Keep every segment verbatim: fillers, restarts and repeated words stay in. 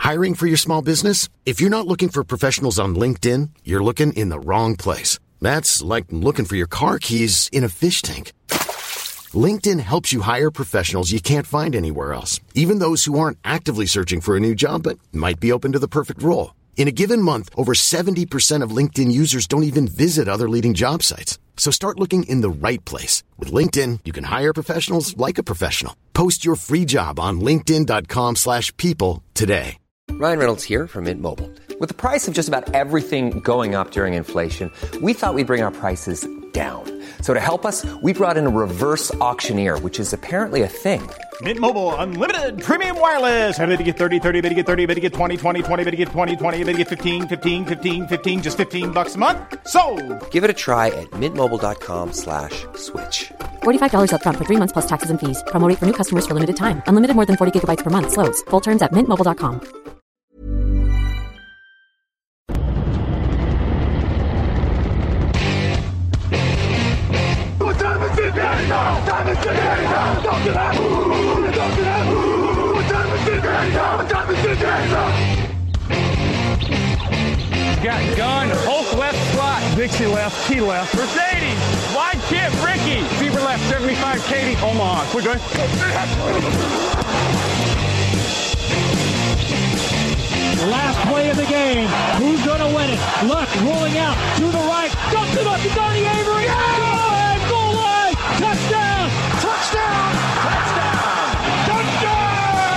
Hiring for your small business? If you're not looking for professionals on LinkedIn, you're looking in the wrong place. That's like looking for your car keys in a fish tank. LinkedIn helps you hire professionals you can't find anywhere else, even those who aren't actively searching for a new job but might be open to the perfect role. In a given month, over seventy percent of LinkedIn users don't even visit other leading job sites. So start looking in the right place. With LinkedIn, you can hire professionals like a professional. Post your free job on linkedin.com slash people today. Ryan Reynolds here from Mint Mobile. With the price of just about everything going up during inflation, we thought we'd bring our prices down. So to help us, we brought in a reverse auctioneer, which is apparently a thing. Mint Mobile Unlimited Premium Wireless. How to get thirty, thirty, how to get thirty, how to get twenty, twenty, twenty, how to get twenty, twenty, how to get fifteen, fifteen, fifteen, fifteen, just fifteen bucks a month? Sold! Give it a try at mintmobile.com slash switch. forty-five dollars up front for three months plus taxes and fees. Promo rate for new customers for limited time. Unlimited more than forty gigabytes per month. Slows full terms at mint mobile dot com. Got gun, Hulk left slot, Dixie left, T left, Mercedes, wide chip, Ricky, Fever left, seventy-five, Katie, Omaha. We're good. Last play of the game. Who's going to win it? Luck rolling out to the right. Dumps it up to Donnie Avery. Yeah! Go ahead, goal line. Touchdown. Touchdown. Touchdown. Touchdown.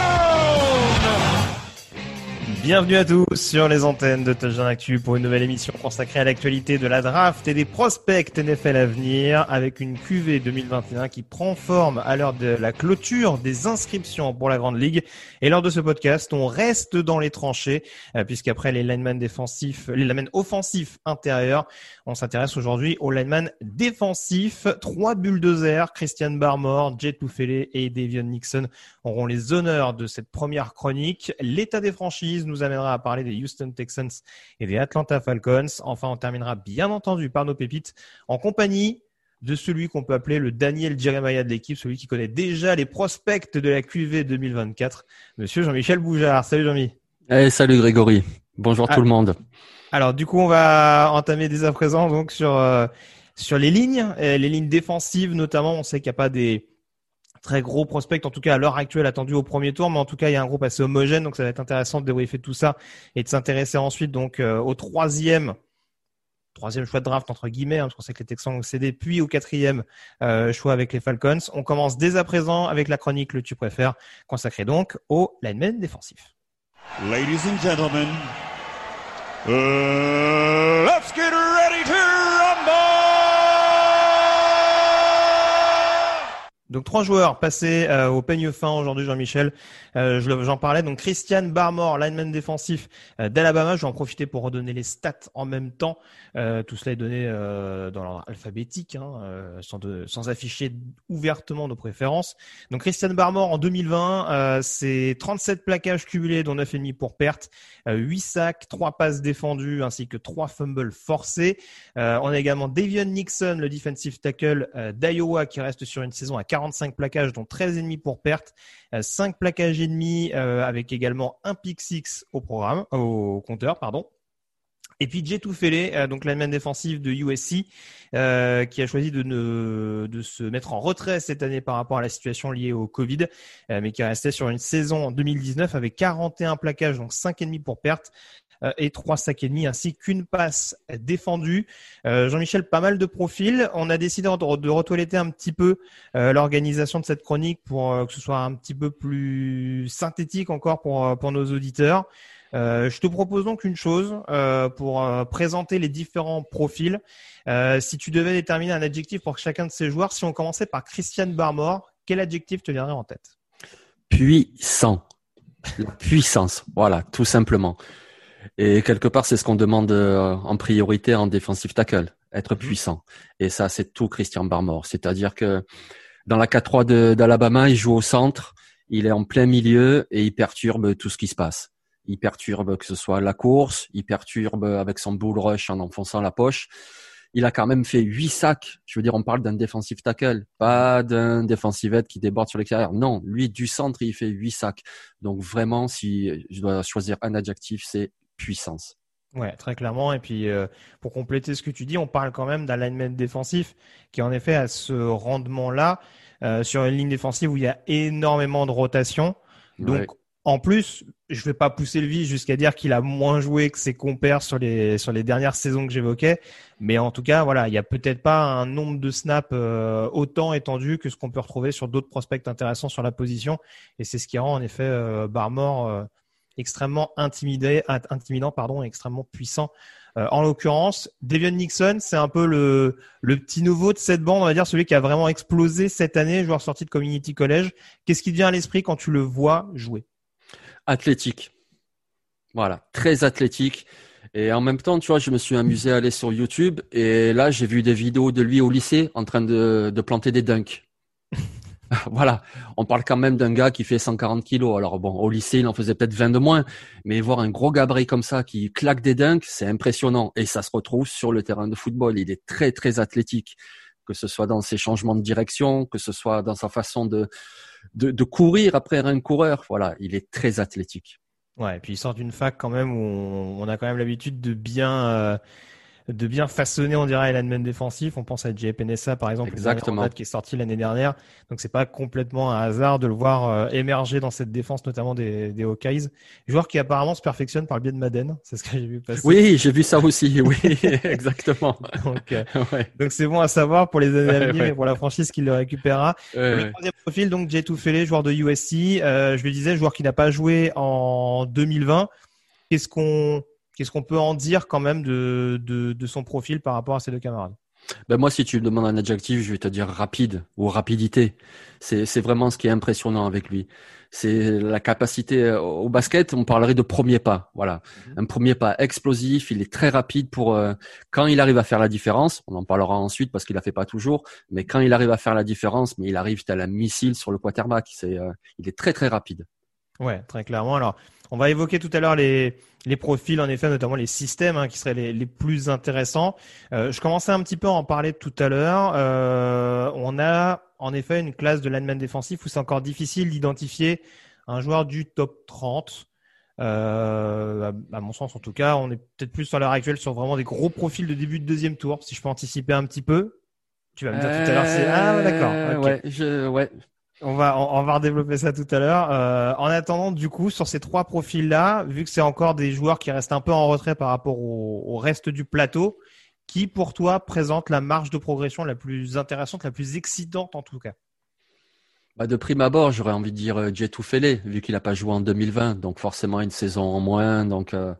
Bienvenue à tous sur les antennes de Touchdown Actu pour une nouvelle émission consacrée à l'actualité de la draft et des prospects N F L à venir avec une Q V deux mille vingt et un qui prend forme à l'heure de la clôture des inscriptions pour la Grande Ligue. Et lors de ce podcast, on reste dans les tranchées euh, puisqu'après les linemen défensifs, les linemen offensifs intérieurs, on s'intéresse aujourd'hui aux linemen défensifs. Trois bulldozers, Christian Barmore, Jay Tufele et Davion Nixon auront les honneurs de cette première chronique. L'état des franchises nous amènera à parler des Houston Texans et des Atlanta Falcons. Enfin, on terminera bien entendu par nos pépites en compagnie de celui qu'on peut appeler le Daniel Jeremiah de l'équipe, celui qui connaît déjà les prospects de la Q V deux mille vingt-quatre, monsieur Jean-Michel Boujard. Salut Jean-Mi. Hey, salut Grégory. Bonjour ah, tout le monde. Alors du coup, on va entamer dès à présent donc sur euh, sur les lignes, les lignes défensives notamment. On sait qu'il n'y a pas des très gros prospects, en tout cas à l'heure actuelle attendus au premier tour, mais en tout cas il y a un groupe assez homogène, donc ça va être intéressant de débriefer tout ça et de s'intéresser ensuite donc euh, au troisième troisième choix de draft entre guillemets, hein, parce qu'on sait que les Texans ont cédé, puis au quatrième euh, choix avec les Falcons. On commence dès à présent avec la chronique Le Tu préfères, consacrée donc aux linemen défensifs. Ladies and gentlemen, uh, let's get ready to rumble! Donc trois joueurs passés euh, au peigne fin aujourd'hui, Jean-Michel. Euh, je, j'en parlais. Donc Christian Barmore, lineman défensif euh, d'Alabama. Je vais en profiter pour redonner les stats en même temps. Euh, tout cela est donné euh, dans l'ordre alphabétique, hein, euh, sans, de, sans afficher ouvertement nos préférences. Donc Christian Barmore en deux mille vingt, euh, c'est trente-sept plaquages cumulés, dont neuf virgule cinq pour perte, euh, huit sacs, trois passes défendues ainsi que trois fumbles forcés. Euh, on a également Davion Nixon, le defensive tackle euh, d'Iowa, qui reste sur une saison à quarante-cinq plaquages, dont treize virgule cinq pour perte, euh, cinq plaquages et demi, euh, avec également un pick six au programme, au compteur, pardon. Et puis Jay Tufele, euh, donc lineman défensif de U S C, euh, qui a choisi de ne de se mettre en retrait cette année par rapport à la situation liée au Covid, euh, mais qui est resté sur une saison en deux mille dix-neuf avec quarante et un plaquages, donc cinq virgule cinq pour perte. Et trois sacs et demi ainsi qu'une passe défendue. Euh, Jean-Michel, pas mal de profils. On a décidé de retoiletter un petit peu euh, l'organisation de cette chronique pour euh, que ce soit un petit peu plus synthétique encore pour pour nos auditeurs. Euh, je te propose donc une chose euh, pour euh, présenter les différents profils. Euh, si tu devais déterminer un adjectif pour chacun de ces joueurs, si on commençait par Christian Barmore, quel adjectif te viendrait en tête? Puissant. La puissance. Voilà, tout simplement. Et quelque part, c'est ce qu'on demande en priorité en defensive tackle, être puissant. Et ça, c'est tout Christian Barmore. C'est-à-dire que dans la quatre trois de, d'Alabama, il joue au centre, il est en plein milieu et il perturbe tout ce qui se passe. Il perturbe que ce soit la course, il perturbe avec son bull rush en enfonçant la poche. il a quand même fait huit sacs. Je veux dire, on parle d'un defensive tackle, pas d'un defensive end qui déborde sur l'extérieur. Non, lui, du centre, il fait huit sacs. Donc vraiment, si je dois choisir un adjectif, c'est puissance. Ouais, très clairement. Et puis, euh, pour compléter ce que tu dis, on parle quand même d'un lineman défensif qui, en effet, a ce rendement-là euh, sur une ligne défensive où il y a énormément de rotation. Donc, ouais. En plus, je vais pas pousser le vice jusqu'à dire qu'il a moins joué que ses compères sur les sur les dernières saisons que j'évoquais, mais en tout cas, voilà, il y a peut-être pas un nombre de snaps euh, autant étendu que ce qu'on peut retrouver sur d'autres prospects intéressants sur la position, et c'est ce qui rend en effet euh, Barmore euh, extrêmement intimidé, intimidant, pardon, et extrêmement puissant. Euh, en l'occurrence, Devion Nixon, c'est un peu le le petit nouveau de cette bande, on va dire, celui qui a vraiment explosé cette année, joueur sorti de Community College. Qu'est-ce qui te vient à l'esprit quand tu le vois jouer? Athlétique. Voilà, très athlétique. Et en même temps, tu vois, je me suis amusé à aller sur YouTube et là, j'ai vu des vidéos de lui au lycée en train de, de planter des dunks. Voilà, on parle quand même d'un gars qui fait cent quarante kilos. Alors bon, au lycée, il en faisait peut-être vingt de moins, mais voir un gros gabarit comme ça qui claque des dunks, c'est impressionnant. Et ça se retrouve sur le terrain de football. Il est très, très athlétique, que ce soit dans ses changements de direction, que ce soit dans sa façon de De, de courir après un coureur. Voilà, il est très athlétique. Ouais, et puis il sort d'une fac quand même où on, on a quand même l'habitude de bien euh, de bien façonner, on dirait, les linemen défensifs. On pense à Jay Penessa, par exemple, exactement, qui est sorti l'année dernière. Donc c'est pas complètement un hasard de le voir euh, émerger dans cette défense, notamment des, des Hawkeyes. Joueur qui apparemment se perfectionne par le biais de Madden. C'est ce que j'ai vu passer. Oui, j'ai vu ça aussi. Oui, exactement. donc, euh, ouais. donc c'est bon à savoir pour les années à venir ouais. et pour la franchise qui le récupérera. Ouais, le ouais. troisième profil, donc Jay Tufele, joueur de U S C. Euh, je le disais, joueur qui n'a pas joué en deux mille vingt. Qu'est-ce qu'on Qu'est-ce qu'on peut en dire quand même de, de, de son profil par rapport à ses deux camarades? Ben moi, si tu me demandes un adjectif, je vais te dire rapide ou rapidité. C'est, c'est vraiment ce qui est impressionnant avec lui. C'est la capacité au basket. On parlerait de premier pas. Voilà, mmh. Un premier pas explosif. Il est très rapide pour euh, quand il arrive à faire la différence. On en parlera ensuite parce qu'il la fait pas toujours. Mais quand il arrive à faire la différence, mais il arrive tel un missile sur le quarterback. C'est, euh, il est très très rapide. Ouais, très clairement. Alors, on va évoquer tout à l'heure les les profils, en effet, notamment les systèmes hein, qui seraient les, les plus intéressants. Euh, je commençais un petit peu à en parler tout à l'heure. Euh, on a en effet une classe de lineman défensif où c'est encore difficile d'identifier un joueur du top trente. Euh, à, à mon sens, en tout cas, on est peut-être plus à l'heure actuelle sur vraiment des gros profils de début de deuxième tour. Si je peux anticiper un petit peu, tu vas me dire euh, tout à l'heure. C'est... Ah, d'accord. Okay. Ouais, je, ouais. On va, on, on va redévelopper ça tout à l'heure. Euh, en attendant, du coup, sur ces trois profils-là, vu que c'est encore des joueurs qui restent un peu en retrait par rapport au, au reste du plateau, qui, pour toi, présente la marge de progression la plus intéressante, la plus excitante en tout cas? Bah de prime abord, j'aurais envie de dire Jay Tufele, vu qu'il n'a pas joué en deux mille vingt, donc forcément une saison en moins. Donc, euh...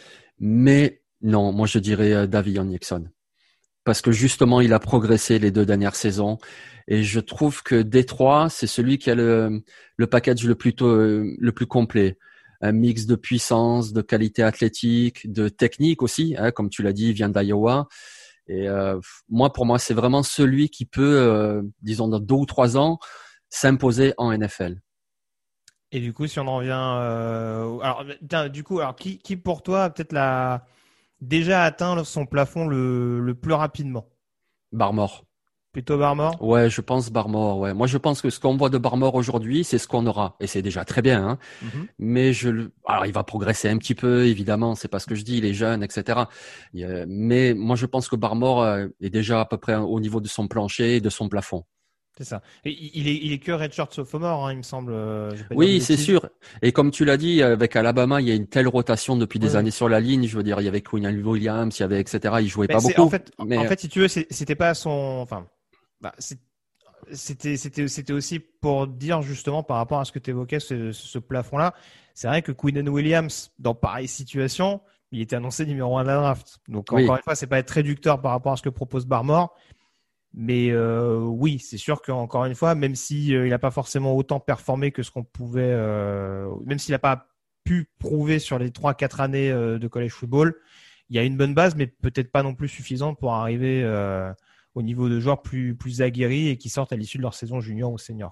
mais non, moi je dirais euh, Davion Nixon, parce que justement, il a progressé les deux dernières saisons. Et je trouve que Détroit, c'est celui qui a le, le package le plus tôt, le plus complet. Un mix de puissance, de qualité athlétique, de technique aussi, hein, comme tu l'as dit, il vient d'Iowa. Et euh, moi, pour moi, c'est vraiment celui qui peut, euh, disons, dans deux ou trois ans, s'imposer en N F L. Et du coup, si on en revient, euh, alors, du coup, alors qui, qui pour toi a peut-être la déjà atteint son plafond le, le plus rapidement? Barmore. Plutôt Barmore? Ouais, je pense Barmore, ouais. Moi, je pense que ce qu'on voit de Barmore aujourd'hui, c'est ce qu'on aura. Et c'est déjà très bien, hein. Mm-hmm. Mais je le, alors, il va progresser un petit peu, évidemment. C'est pas ce que je dis, il est jeune, et cetera. Mais moi, je pense que Barmore est déjà à peu près au niveau de son plancher et de son plafond. C'est ça. Et il est, il est que redshirt sophomore, hein, il me semble. Oui, c'est sûr. Et comme tu l'as dit, avec Alabama, il y a une telle rotation depuis des ouais. années sur la ligne. Je veux dire, il y avait Quinn Williams, il y avait et cetera. Il jouait mais pas beaucoup. En fait, mais... en fait, si tu veux, c'était pas son, enfin, bah, c'était, c'était, c'était aussi pour dire justement par rapport à ce que tu évoquais, ce, ce plafond-là. C'est vrai que Quinn Williams, dans pareille situation, il était annoncé numéro un de la draft. Donc oui. Encore une fois, c'est pas être réducteur par rapport à ce que propose Barmore. Mais euh, oui, c'est sûr qu'encore une fois, même si euh, il n'a pas forcément autant performé que ce qu'on pouvait, euh, même s'il n'a pas pu prouver sur les trois quatre années euh, de college football, il y a une bonne base, mais peut-être pas non plus suffisante pour arriver euh, au niveau de joueurs plus plus aguerris et qui sortent à l'issue de leur saison junior ou senior, quoi.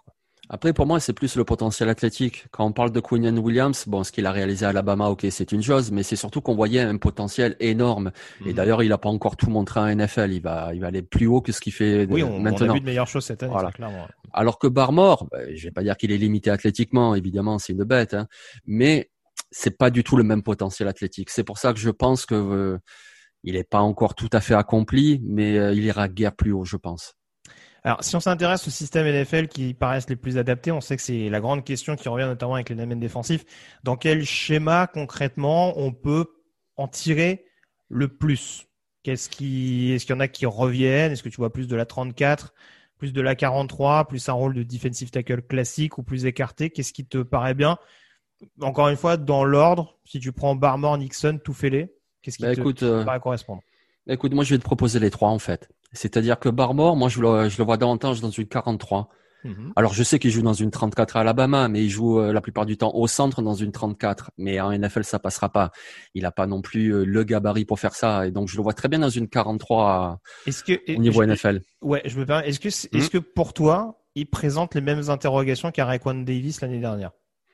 Après, pour moi, c'est plus le potentiel athlétique. Quand on parle de Quinnen Williams, bon, ce qu'il a réalisé à Alabama, ok, c'est une chose, mais c'est surtout qu'on voyait un potentiel énorme. Mmh. Et d'ailleurs, il n'a pas encore tout montré en N F L. Il va, il va aller plus haut que ce qu'il fait oui, on, maintenant. On a vu de meilleures choses cette année, voilà. clairement. Alors que Barmore, ben, je vais pas dire qu'il est limité athlétiquement, évidemment, c'est une bête, hein, mais c'est pas du tout le même potentiel athlétique. C'est pour ça que je pense que euh, il est pas encore tout à fait accompli, mais euh, il ira guère plus haut, je pense. Alors, si on s'intéresse au système N F L qui paraissent les plus adaptés, on sait que c'est la grande question qui revient notamment avec les domaines défensifs. Dans quel schéma, concrètement, on peut en tirer le plus? Qu'est-ce qui, est-ce qu'il y en a qui reviennent? Est-ce que tu vois plus de la trente-quatre, plus de la quarante-trois, plus un rôle de defensive tackle classique ou plus écarté? Qu'est-ce qui te paraît bien? Encore une fois, dans l'ordre, si tu prends Barmore, Nixon, Touffelé, qu'est-ce qui bah, te, écoute, qui te paraît correspondre? Écoute, moi, je vais te proposer les trois, en fait. C'est-à-dire que Barmore, moi, je le, je le vois davantage dans une quarante-trois. Mm-hmm. Alors, je sais qu'il joue dans une trente-quatre à Alabama, mais il joue euh, la plupart du temps au centre dans une trente-quatre. Mais en N F L, ça passera pas. Il a pas non plus euh, le gabarit pour faire ça. Et donc, je le vois très bien dans une quarante-trois est-ce que, au niveau je, N F L. Ouais, je me permets. Est-ce que, est, est-ce que pour toi, il présente les mêmes interrogations qu'à Raekwon Davis l'année dernière?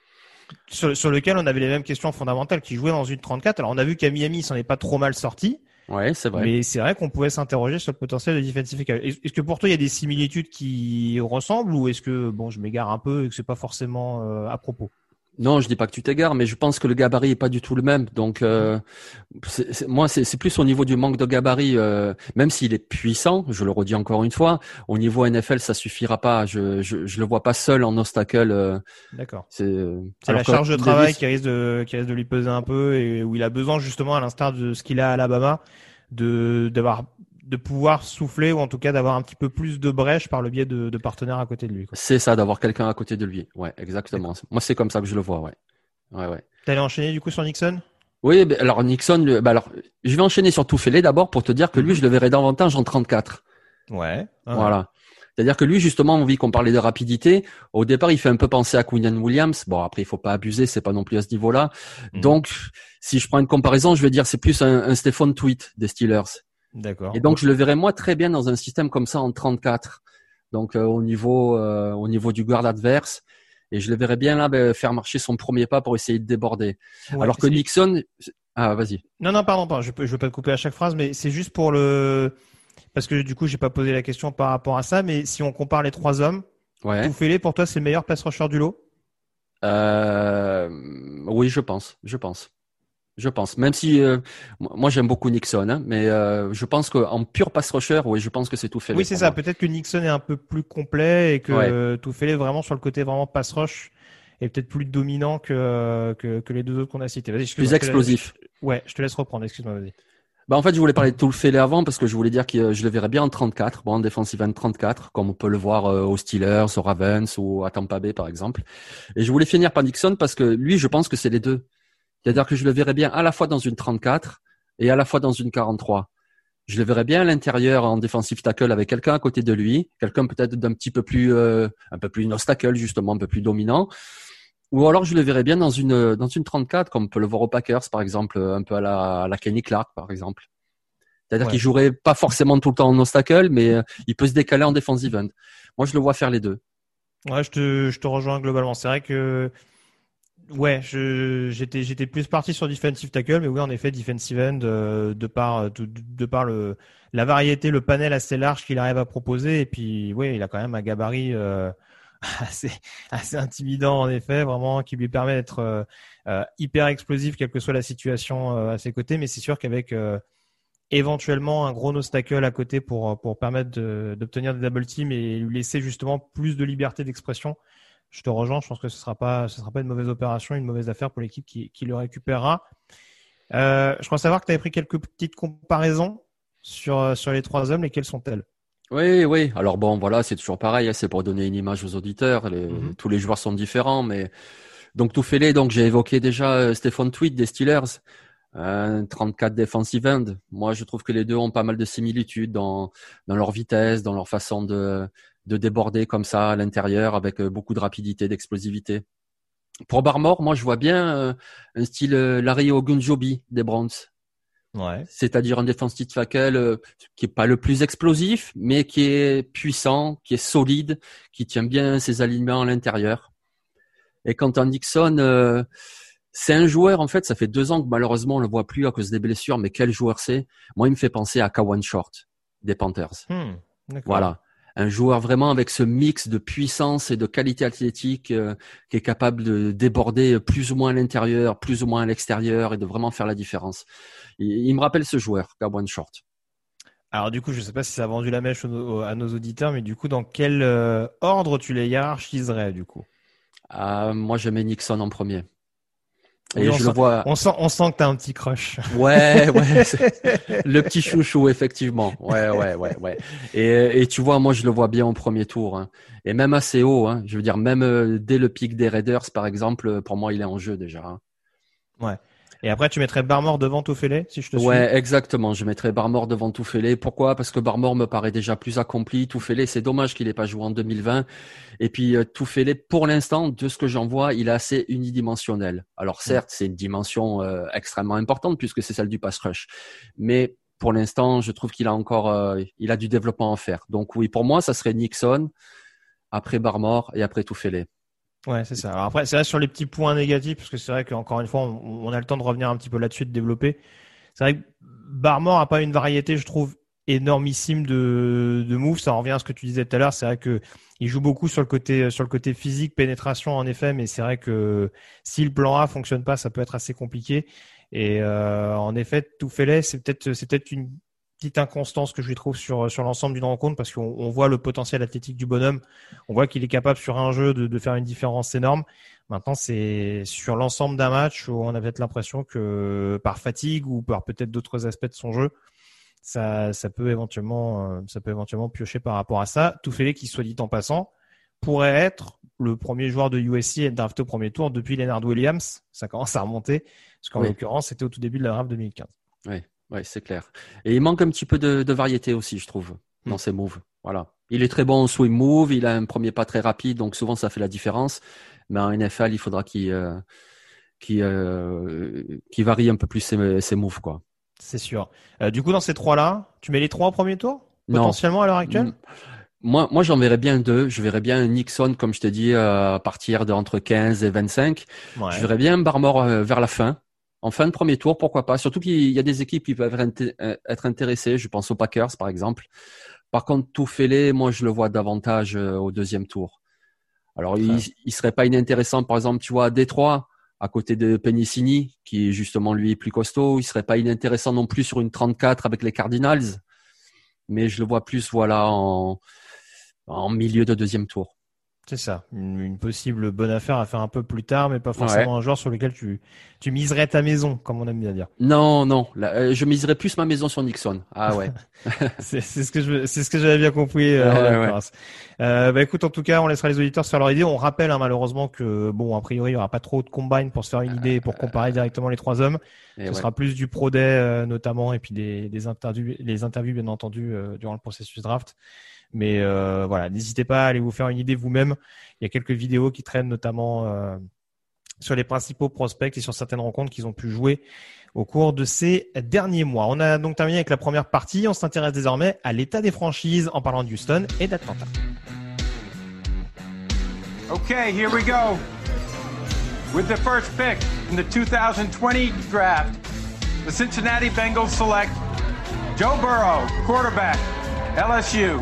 Sur, sur lequel on avait les mêmes questions fondamentales, qui jouait dans une trente-quatre. Alors, on a vu qu'à Miami, il s'en est pas trop mal sorti. Ouais, c'est vrai. Mais c'est vrai qu'on pouvait s'interroger sur le potentiel de defensive tackle. Est-ce que pour toi, il y a des similitudes qui ressemblent ou est-ce que, bon, je m'égare un peu et que c'est pas forcément euh, à propos? Non, je dis pas que tu t'égares, mais je pense que le gabarit est pas du tout le même. Donc, euh, c'est, c'est, moi, c'est, c'est plus au niveau du manque de gabarit. Euh, même s'il est puissant, je le redis encore une fois, au niveau N F L, ça suffira pas. Je, je, je le vois pas seul en obstacle. Euh, D'accord. C'est, c'est la charge de travail Davis, qui risque de, qui risque de lui peser un peu et où il a besoin justement, à l'instar de ce qu'il a à Alabama, de d'avoir de pouvoir souffler ou en tout cas d'avoir un petit peu plus de brèche par le biais de, de partenaires à côté de lui, quoi. C'est ça, d'avoir quelqu'un à côté de lui. Ouais, exactement. D'accord. Moi, c'est comme ça que je le vois, ouais. Ouais, ouais. T'allais enchaîner du coup sur Nixon? Oui, ben, alors Nixon, ben, alors, je vais enchaîner sur Touffelé d'abord pour te dire que lui, je le verrais davantage en trente-quatre. Ouais. Ah, voilà. Ouais. C'est-à-dire que lui, justement, on vit qu'on parlait de rapidité. Au départ, il fait un peu penser à Quinnen Williams. Bon, après, il faut pas abuser, c'est pas non plus à ce niveau-là. Mmh. Donc, si je prends une comparaison, je vais dire c'est plus un, un Stephon Tweet des Steelers. D'accord. Et donc, okay. Je le verrais moi très bien dans un système comme ça en trente-quatre. Donc, euh, au niveau, euh, au niveau du guard adverse. Et je le verrais bien là, ben, faire marcher son premier pas pour essayer de déborder. Ouais, alors que Nixon, ah, vas-y. Non, non, pardon, pardon. Je peux, je veux pas te couper à chaque phrase, mais c'est juste pour le, parce que du coup, j'ai pas posé la question par rapport à ça, mais si on compare les trois hommes, ouais. Touffelé, pour toi, c'est le meilleur pass rusher du lot? Euh, oui, je pense, je pense. Je pense, même si euh, moi j'aime beaucoup Nixon, hein, mais euh, je pense qu'en pur pass rusher, oui, je pense que c'est Touffelé. Oui, c'est ça. Moi. Peut-être que Nixon est un peu plus complet et que ouais. euh, Touffelé vraiment sur le côté vraiment pass rush est peut-être plus dominant que que, que les deux autres qu'on a cités. Vas-y, je plus explosif. Laisse... Ouais, je te laisse reprendre. Excuse-moi, vas-y. Bah en fait, je voulais parler de Touffelé avant parce que je voulais dire que je le verrais bien en trente-quatre, bon, en defensive end trente-quatre, comme on peut le voir euh, aux Steelers, aux Ravens ou à Tampa Bay par exemple. Et je voulais finir par Nixon parce que lui, je pense que c'est les deux. C'est-à-dire que je le verrais bien à la fois dans une trente-quatre et à la fois dans une quarante-trois. Je le verrais bien à l'intérieur en defensive tackle avec quelqu'un à côté de lui, quelqu'un peut-être d'un petit peu plus, euh, un peu plus nose tackle justement, un peu plus dominant. Ou alors je le verrais bien dans une dans une trente-quatre, comme on peut le voir aux Packers par exemple, un peu à la, à la Kenny Clark par exemple. C'est-à-dire ouais. qu'il jouerait pas forcément tout le temps en nose tackle, mais euh, il peut se décaler en defensive end. Moi je le vois faire les deux. Ouais, je te je te rejoins globalement. C'est vrai que ouais, je, j'étais, j'étais plus parti sur defensive tackle, mais oui, en effet, defensive end, euh, de par, de, de par le, la variété, le panel assez large qu'il arrive à proposer. Et puis, oui, il a quand même un gabarit, euh, assez, assez intimidant, en effet, vraiment, qui lui permet d'être, euh, euh, hyper explosif, quelle que soit la situation, euh, à ses côtés. Mais c'est sûr qu'avec, euh, éventuellement un gros nose tackle à côté pour, pour permettre de, d'obtenir des double teams et lui laisser justement plus de liberté d'expression. Je te rejoins, je pense que ce sera pas, ce sera pas une mauvaise opération, une mauvaise affaire pour l'équipe qui, qui le récupérera. Euh, je crois savoir que tu avais pris quelques petites comparaisons sur, sur les trois hommes, lesquelles sont-elles? Oui, oui. Alors bon, voilà, c'est toujours pareil, hein, c'est pour donner une image aux auditeurs. Les, mm-hmm. Tous les joueurs sont différents, mais donc Touffelé, donc j'ai évoqué déjà euh, Stephon Tweet des Steelers, euh, trente-quatre defensive end. Moi, je trouve que les deux ont pas mal de similitudes dans dans leur vitesse, dans leur façon de de déborder comme ça à l'intérieur avec beaucoup de rapidité, d'explosivité. Pour Barmore, moi, je vois bien euh, un style euh, Larry Ogunjobi des Browns. Ouais. C'est-à-dire un defensive tackle euh, qui est pas le plus explosif, mais qui est puissant, qui est solide, qui tient bien ses alignements à l'intérieur. Et quant à Nixon, euh, c'est un joueur, en fait, ça fait deux ans que malheureusement on le voit plus à cause des blessures, mais quel joueur c'est? Moi, il me fait penser à Kawan Short des Panthers. Hmm, d'accord. Voilà. Un joueur vraiment avec ce mix de puissance et de qualité athlétique euh, qui est capable de déborder plus ou moins à l'intérieur, plus ou moins à l'extérieur et de vraiment faire la différence. Il, il me rappelle ce joueur, Kawan Short. Alors du coup, je sais pas si ça a vendu la mèche au, au, à nos auditeurs, mais du coup, dans quel euh, ordre tu les hiérarchiserais du coup? Euh, moi, je mets Nixon en premier. Et Et on je sent, le vois. On sent, on sent que t'as un petit crush. Ouais, ouais, c'est... le petit chouchou, effectivement. Ouais, ouais, ouais, ouais. Et, et tu vois, moi, je le vois bien au premier tour, hein. Et même assez haut, hein. Je veux dire, même euh, dès le pic des Raiders, par exemple, pour moi, il est en jeu déjà, hein. Ouais. Et après, tu mettrais Barmore devant Touffelé, si je te suis. Ouais, exactement. Je mettrais Barmore devant Touffelé. Pourquoi? Parce que Barmore me paraît déjà plus accompli. Touffelé, c'est dommage qu'il n'ait pas joué en deux mille vingt. Et puis, euh, Touffelé, pour l'instant, de ce que j'en vois, il est assez unidimensionnel. Alors, certes, c'est une dimension euh, extrêmement importante puisque c'est celle du pass rush. Mais pour l'instant, je trouve qu'il a encore, euh, il a du développement à faire. Donc oui, pour moi, ça serait Nixon, après Barmore et après Touffelé. Ouais, c'est ça. Alors après, c'est vrai sur les petits points négatifs, parce que c'est vrai qu'encore une fois, on, on a le temps de revenir un petit peu là-dessus, de développer. C'est vrai que Barmore a pas une variété, je trouve, énormissime de, de moves. Ça en revient à ce que tu disais tout à l'heure. C'est vrai que il joue beaucoup sur le côté, sur le côté physique, pénétration, en effet, mais c'est vrai que si le plan A fonctionne pas, ça peut être assez compliqué. Et, euh, en effet, Touffelé, c'est peut-être, c'est peut-être une petite inconstance que je lui trouve sur sur l'ensemble d'une rencontre, parce qu'on on voit le potentiel athlétique du bonhomme, on voit qu'il est capable sur un jeu de, de faire une différence énorme. Maintenant, c'est sur l'ensemble d'un match où on a peut-être l'impression que par fatigue ou par peut-être d'autres aspects de son jeu, ça ça peut éventuellement ça peut éventuellement piocher par rapport à ça. Touffelé, qui soit dit en passant, pourrait être le premier joueur de U S C à être drafté au premier tour depuis Leonard Williams. Ça commence à remonter, parce qu'en oui. l'occurrence, c'était au tout début de la draft deux mille quinze. Oui. Ouais, c'est clair. Et il manque un petit peu de, de variété aussi, je trouve, dans mmh. ses moves. Voilà. Il est très bon en swing move, il a un premier pas très rapide, donc souvent ça fait la différence. Mais en N F L, il faudra qu'il, euh, qu'il, euh, qu'il varie un peu plus ses, ses moves, quoi. C'est sûr. Euh, du coup, dans ces trois-là, tu mets les trois au premier tour, potentiellement, non. à l'heure actuelle? Moi, moi, j'en verrais bien deux. Je verrais bien Nixon, comme je t'ai dit, euh, à partir d'entre quinze et vingt-cinq. Ouais. Je verrais bien Barmore euh, vers la fin. En fin de premier tour, pourquoi pas? Surtout qu'il y a des équipes qui peuvent être intéressées. Je pense aux Packers, par exemple. Par contre, Touffelé, moi, je le vois davantage au deuxième tour. Alors, ouais. il, il serait pas inintéressant, par exemple, tu vois, à Détroit, à côté de Pennicini, qui est justement, lui, plus costaud. Il serait pas inintéressant non plus sur une trente-quatre avec les Cardinals. Mais je le vois plus, voilà, en, en milieu de deuxième tour. C'est ça, une, une possible bonne affaire à faire un peu plus tard, mais pas forcément ouais. un joueur sur lequel tu, tu miserais ta maison, comme on aime bien dire. Non, non, là, euh, je miserais plus ma maison sur Nixon. Ah ouais. c'est, c'est ce que je, c'est ce que j'avais bien compris. Euh, ouais, ouais. Euh, bah écoute, en tout cas, on laissera les auditeurs se faire leur idée. On rappelle hein, malheureusement que bon, a priori, il y aura pas trop de combine pour se faire une idée et pour comparer directement les trois hommes. Et Ce ouais. sera plus du pro day euh, notamment, et puis des, des interviews, les interviews bien entendu euh, durant le processus draft. Mais euh, voilà, n'hésitez pas à aller vous faire une idée vous-même. Il y a quelques vidéos qui traînent notamment euh, sur les principaux prospects et sur certaines rencontres qu'ils ont pu jouer au cours de ces derniers mois. On a donc terminé avec la première partie. On s'intéresse désormais à l'état des franchises en parlant de Houston et d'Atlanta. Okay, here we go. With the first pick in the two thousand twenty draft, the Cincinnati Bengals select Joe Burrow, quarterback, L S U.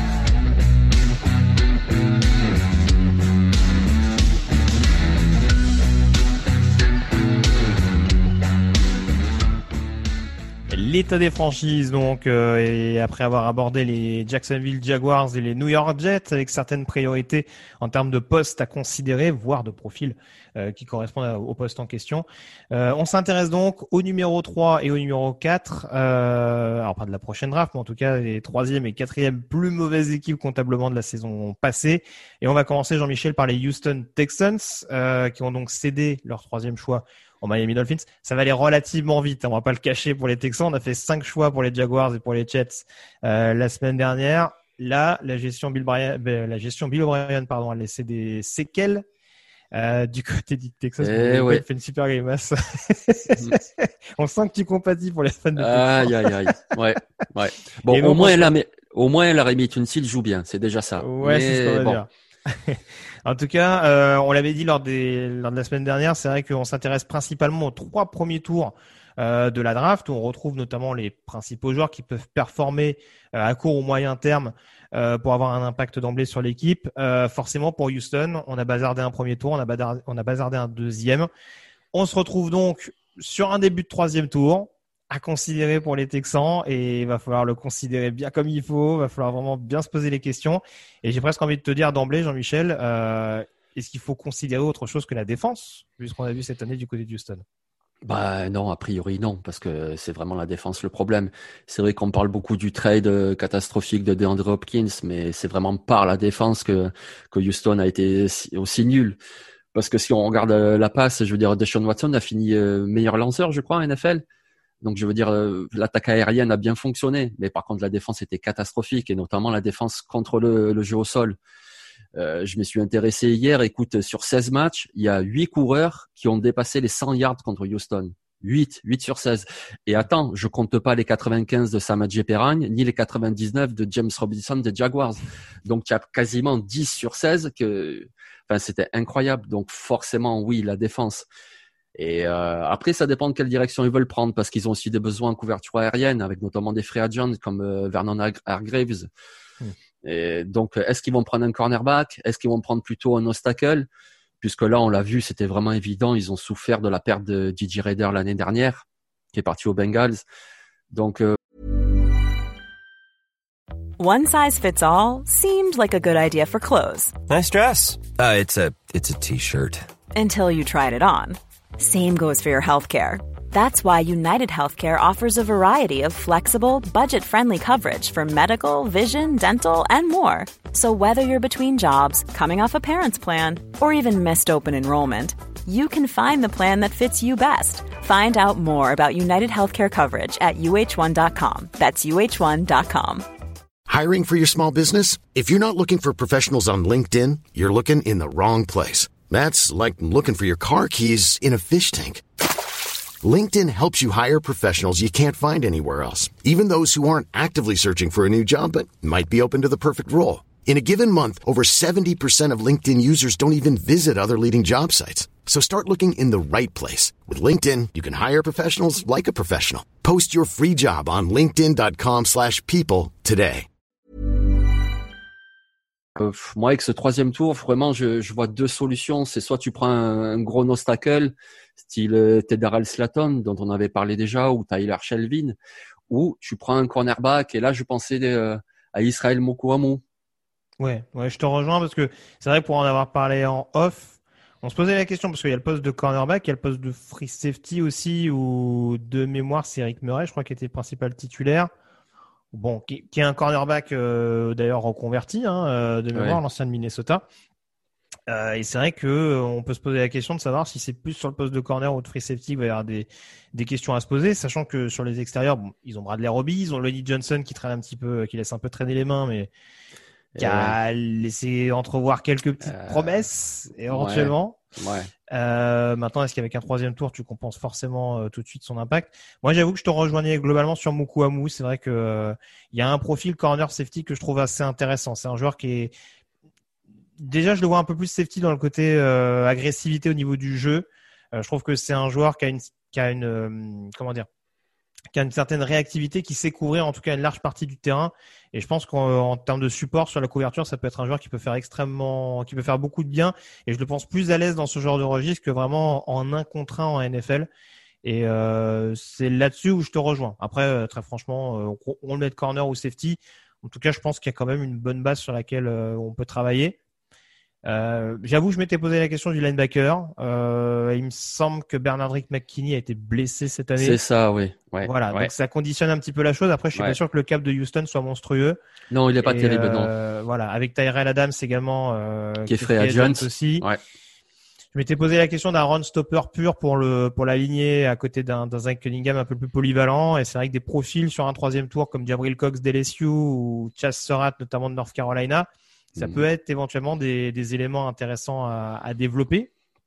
L'état des franchises, donc, euh, et après avoir abordé les Jacksonville Jaguars et les New York Jets avec certaines priorités en termes de postes à considérer, voire de profils euh, qui correspondent au poste en question. Euh, on s'intéresse donc au numéro trois et au numéro quatre, euh, alors pas de la prochaine draft, mais en tout cas les troisième et quatrième plus mauvaises équipes comptablement de la saison passée. Et on va commencer, Jean-Michel, par les Houston Texans, euh, qui ont donc cédé leur troisième choix au Miami Dolphins. Ça va aller relativement vite, hein, on va pas le cacher pour les Texans. On a fait cinq choix pour les Jaguars et pour les Jets euh, la semaine dernière. Là, la gestion Bill Bryan, la gestion Bill O'Brien, pardon, a laissé des séquelles Euh, du côté du Texas, eh ouais. il fait une super grimace. On sent que tu compatis pour les fans de Texas. Aïe, aïe, aïe. Ouais, ouais. Bon, Et au donc, moins, on elle se- a, mais, au moins, elle a Rémi Tunsil joue bien. C'est déjà ça. Ouais, mais c'est ce qu'on va bon. dire. En tout cas, euh, on l'avait dit lors, des, lors de la semaine dernière, c'est vrai qu'on s'intéresse principalement aux trois premiers tours euh, de la draft, où on retrouve notamment les principaux joueurs qui peuvent performer euh, à court ou moyen terme euh, pour avoir un impact d'emblée sur l'équipe. Euh, forcément, pour Houston, on a bazardé un premier tour, on a bazardé, on a bazardé un deuxième. On se retrouve donc sur un début de troisième tour à considérer pour les Texans, et il va falloir le considérer bien comme il faut, il va falloir vraiment bien se poser les questions. Et j'ai presque envie de te dire d'emblée, Jean-Michel, euh, est-ce qu'il faut considérer autre chose que la défense, vu ce qu'on a vu cette année du côté de Houston? Bah non, a priori non, parce que c'est vraiment la défense le problème. C'est vrai qu'on parle beaucoup du trade euh, catastrophique de DeAndre Hopkins, mais c'est vraiment par la défense que, que Houston a été si- aussi nul. Parce que si on regarde euh, la passe, je veux dire, Deshaun Watson a fini euh, meilleur lanceur, je crois, en N F L. Donc, je veux dire, euh, l'attaque aérienne a bien fonctionné, mais par contre, la défense était catastrophique, et notamment la défense contre le, le jeu au sol. Euh, je me suis intéressé hier. Écoute, sur seize matchs, il y a huit coureurs qui ont dépassé les cent yards contre Houston. huit, huit sur seize. Et attends, je compte pas les quatre-vingt-quinze de Sam Adjeperagne, ni les quatre-vingt-dix-neuf de James Robinson des Jaguars. Donc, il y a quasiment dix sur seize que, enfin, c'était incroyable. Donc, forcément, oui, la défense. Et euh, après, ça dépend de quelle direction ils veulent prendre, parce qu'ils ont aussi des besoins en couverture aérienne, avec notamment des free agents comme euh, Vernon Hargreaves. Hmm. Et donc, est-ce qu'ils vont prendre un cornerback? Est-ce qu'ils vont prendre plutôt un nose tackle? Puisque là, on l'a vu, c'était vraiment évident. Ils ont souffert de la perte de J J Raider l'année dernière, qui est parti aux Bengals. Donc, euh... One size fits all seemed like a good idea for clothes. Nice dress. Uh, it's a it's a t-shirt. Until you tried it on. Same goes for your healthcare. That's why United Healthcare offers a variety of flexible, budget-friendly coverage for medical, vision, dental, and more. So whether you're between jobs, coming off a parent's plan, or even missed open enrollment, you can find the plan that fits you best. Find out more about United Healthcare coverage at U H one dot com. That's U H one dot com. Hiring for your small business? If you're not looking for professionals on LinkedIn, you're looking in the wrong place. That's like looking for your car keys in a fish tank. LinkedIn helps you hire professionals you can't find anywhere else, even those who aren't actively searching for a new job but might be open to the perfect role. In a given month, over seventy percent of LinkedIn users don't even visit other leading job sites. So start looking in the right place. With LinkedIn, you can hire professionals like a professional. Post your free job on linkedin dot com slash people today. Euh, moi, avec ce troisième tour, vraiment, je, je vois deux solutions. C'est soit tu prends un, un gros nose tackle, style euh, Tedarrell Slaton, dont on avait parlé déjà, ou Tyler Shelvin, ou tu prends un cornerback. Et là, je pensais euh, à Israël Mokuamu. Ouais, ouais, je te rejoins parce que c'est vrai que pour en avoir parlé en off, on se posait la question parce qu'il y a le poste de cornerback, il y a le poste de free safety aussi, où de mémoire, c'est Eric Murray, je crois, qui était le principal titulaire. Bon, qui, qui est un cornerback euh, d'ailleurs reconverti, hein, euh, de mémoire, ouais. L'ancien de Minnesota. Euh, et c'est vrai que euh, on peut se poser la question de savoir si c'est plus sur le poste de corner ou de free safety qu'il va y avoir des, des questions à se poser, sachant que sur les extérieurs, bon, ils ont Bradley Roby, ils ont Lonnie Johnson qui traîne un petit peu, qui laisse un peu traîner les mains, mais qui et a ouais. laissé entrevoir quelques petites euh, promesses éventuellement. Ouais. ouais. Euh, maintenant, est-ce qu'avec un troisième tour, tu compenses forcément euh, tout de suite son impact? Moi, j'avoue que je te rejoignais globalement sur Mokuamu. C'est vrai que euh, il y a un profil corner safety que je trouve assez intéressant. C'est un joueur qui est déjà, je le vois un peu plus safety dans le côté euh, agressivité au niveau du jeu. Euh, je trouve que c'est un joueur qui a une, qui a une, euh, comment dire, qui a une certaine réactivité, qui sait couvrir en tout cas une large partie du terrain. Et je pense qu'en en termes de support sur la couverture, ça peut être un joueur qui peut faire extrêmement, qui peut faire beaucoup de bien. Et je le pense plus à l'aise dans ce genre de registre que vraiment en un contre un en N F L. Et euh, c'est là-dessus où je te rejoins. Après, très franchement, on, on le met de corner ou safety. En tout cas, je pense qu'il y a quand même une bonne base sur laquelle euh, on peut travailler. Euh, j'avoue, je m'étais posé la question du linebacker. Euh, il me semble que Bernardrick McKinney a été blessé cette année. C'est ça, oui. Ouais, voilà, ouais. donc ça conditionne un petit peu la chose. Après, je suis ouais. pas sûr que le cap de Houston soit monstrueux. Non, il est pas Et, terrible, euh, non. Voilà, avec Tyrell Adams également, euh, qui est free agent aussi. Ouais. Je m'étais posé la question d'un run stopper pur pour le pour l'aligner à côté d'un d'un Zach Cunningham un peu plus polyvalent. Et c'est vrai que des profils sur un troisième tour comme Jabril Cox d'L S U ou Chaz Surratt notamment de North Carolina, ça mmh. peut être éventuellement des, des éléments intéressants à, à développer.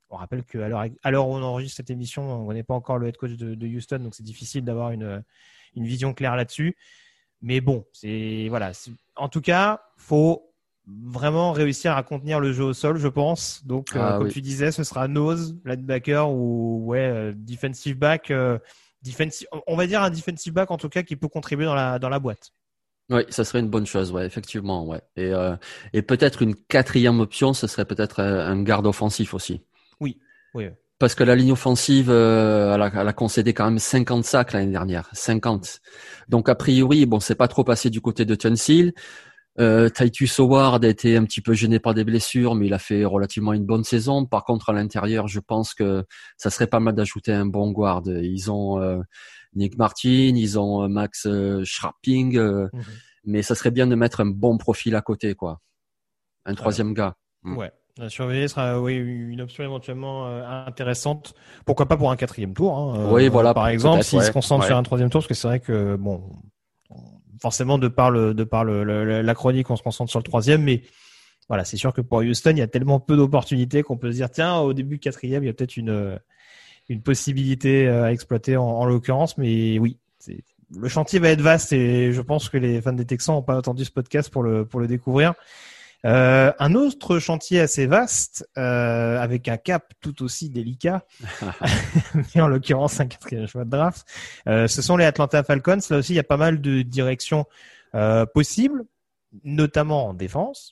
On rappelle qu'à l'heure, à l'heure où on enregistre cette émission, on n'est pas encore le head coach de, de Houston, donc c'est difficile d'avoir une, une vision claire là-dessus. Mais bon, c'est voilà. C'est, en tout cas, faut vraiment réussir à contenir le jeu au sol, je pense. Donc, euh, ah, comme oui. tu disais, ce sera nose, linebacker ou ouais, euh, defensive back. Euh, defensive, on va dire un defensive back en tout cas qui peut contribuer dans la dans la boîte. Oui, ça serait une bonne chose, ouais, effectivement, ouais. Et euh, et peut-être une quatrième option, ce serait peut-être un garde offensif aussi. Oui, oui. Parce que la ligne offensive, euh, elle, a, elle a concédé quand même cinquante sacs l'année dernière, cinquante. Donc a priori, bon, c'est pas trop passé du côté de Tunsil. Euh, Titus Howard a été un petit peu gêné par des blessures, mais il a fait relativement une bonne saison. Par contre, à l'intérieur, je pense que ça serait pas mal d'ajouter un bon guard. Ils ont euh, Nick Martin, ils ont Max euh, Scharping, euh, mm-hmm. mais ça serait bien de mettre un bon profil à côté, quoi. Un troisième gars. Mm. Ouais. À surveiller sera oui une option éventuellement euh, intéressante. Pourquoi pas pour un quatrième tour hein, Oui, euh, voilà. Par exemple, s'il ouais, se concentre ouais. sur un troisième tour, parce que c'est vrai que bon, forcément de par le de par le, le, la chronique, on se concentre sur le troisième, mais voilà, c'est sûr que pour Houston, il y a tellement peu d'opportunités qu'on peut se dire tiens, au début quatrième, il y a peut-être une une possibilité à exploiter en, en l'occurrence, mais oui, c'est, le chantier va être vaste et je pense que les fans des Texans n'ont pas attendu ce podcast pour le pour le découvrir. Euh, un autre chantier assez vaste, euh, avec un cap tout aussi délicat, mais en l'occurrence un quatrième choix de draft, euh, ce sont les Atlanta Falcons. Là aussi, il y a pas mal de directions euh, possibles, notamment en défense.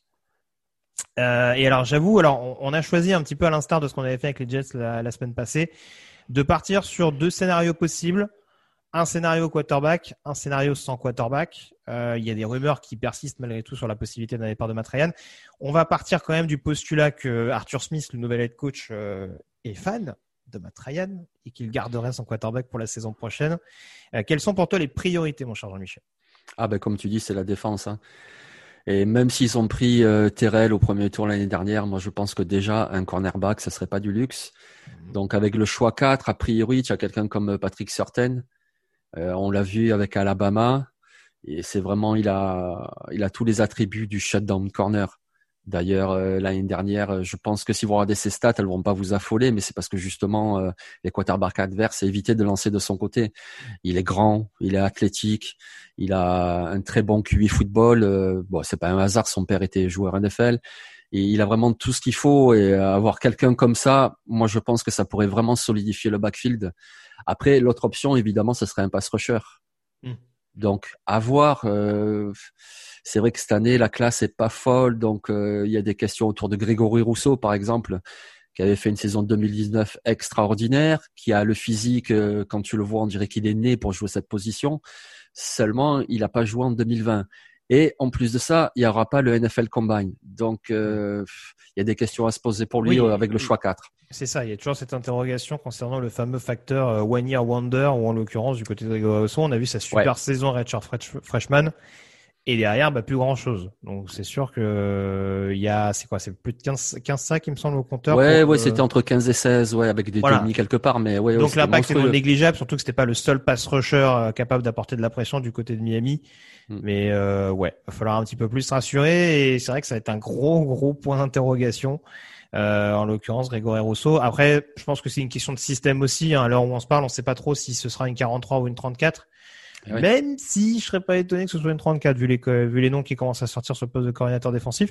Euh, et alors, j'avoue, alors on, on a choisi un petit peu à l'instar de ce qu'on avait fait avec les Jets la, la semaine passée, de partir sur deux scénarios possibles. Un scénario quarterback, un scénario sans quarterback. Euh, il y a des rumeurs qui persistent malgré tout sur la possibilité d'un départ de Matt Ryan. On va partir quand même du postulat que Arthur Smith, le nouvel head coach, euh, est fan de Matt Ryan et qu'il garderait son quarterback pour la saison prochaine. Euh, quelles sont pour toi les priorités, mon cher Jean-Michel ? Ah ben comme tu dis, c'est la défense. Hein. Et même s'ils ont pris euh, Terrell au premier tour l'année dernière, moi je pense que déjà un cornerback, ça serait pas du luxe. Mmh. Donc avec le choix quatre, a priori, tu as quelqu'un comme Patrick Surtain. Euh, on l'a vu avec Alabama et c'est vraiment il a il a tous les attributs du shutdown corner. D'ailleurs euh, l'année dernière, je pense que si vous regardez ses stats, elles vont pas vous affoler, mais c'est parce que justement euh, les quarterbacks adverses évitaient de lancer de son côté. Il est grand, il est athlétique, il a un très bon Q I football. Euh, bon, c'est pas un hasard, son père était joueur N F L. Et il a vraiment tout ce qu'il faut et avoir quelqu'un comme ça, moi je pense que ça pourrait vraiment solidifier le backfield. Après, l'autre option, évidemment, ce serait un pass rusher. Mm. Donc, à voir. Euh, c'est vrai que cette année, la classe est pas folle. Donc, euh, il y a des questions autour de Grégory Rousseau, par exemple, qui avait fait une saison deux mille dix-neuf extraordinaire, qui a le physique, euh, quand tu le vois, on dirait qu'il est né pour jouer cette position. Seulement, il n'a pas joué en deux mille vingt. Et en plus de ça, il n'y aura pas le N F L Combine. Donc, euh, il y a des questions à se poser pour lui oui, avec le choix quatre. C'est ça, il y a toujours cette interrogation concernant le fameux facteur euh, One Year Wonder, ou en l'occurrence, du côté de Grégory Rousseau, on a vu sa super ouais. saison redshirt freshman, et derrière, bah, plus grand-chose. Donc, c'est sûr que euh, il y a, c'est quoi, c'est plus de quinze, quinze sacs, il me semble, au compteur. Ouais, pour, ouais, euh... c'était entre quinze et seize, ouais, avec des voilà. demi quelque part, mais ouais. Donc, ouais, l'impact est non négligeable, surtout que c'était pas le seul pass rusher euh, capable d'apporter de la pression du côté de Miami. Hmm. Mais euh, ouais, va falloir un petit peu plus se rassurer, et c'est vrai que ça va être un gros, gros point d'interrogation. Euh, en l'occurrence, Grégory Rousseau. Après, je pense que c'est une question de système aussi. Hein. À l'heure où on se parle, on ne sait pas trop si ce sera une quarante-trois ou une trente-quatre. Oui. Même si je serais pas étonné que ce soit une trente-quatre, vu les, vu les noms qui commencent à sortir sur le poste de coordinateur défensif.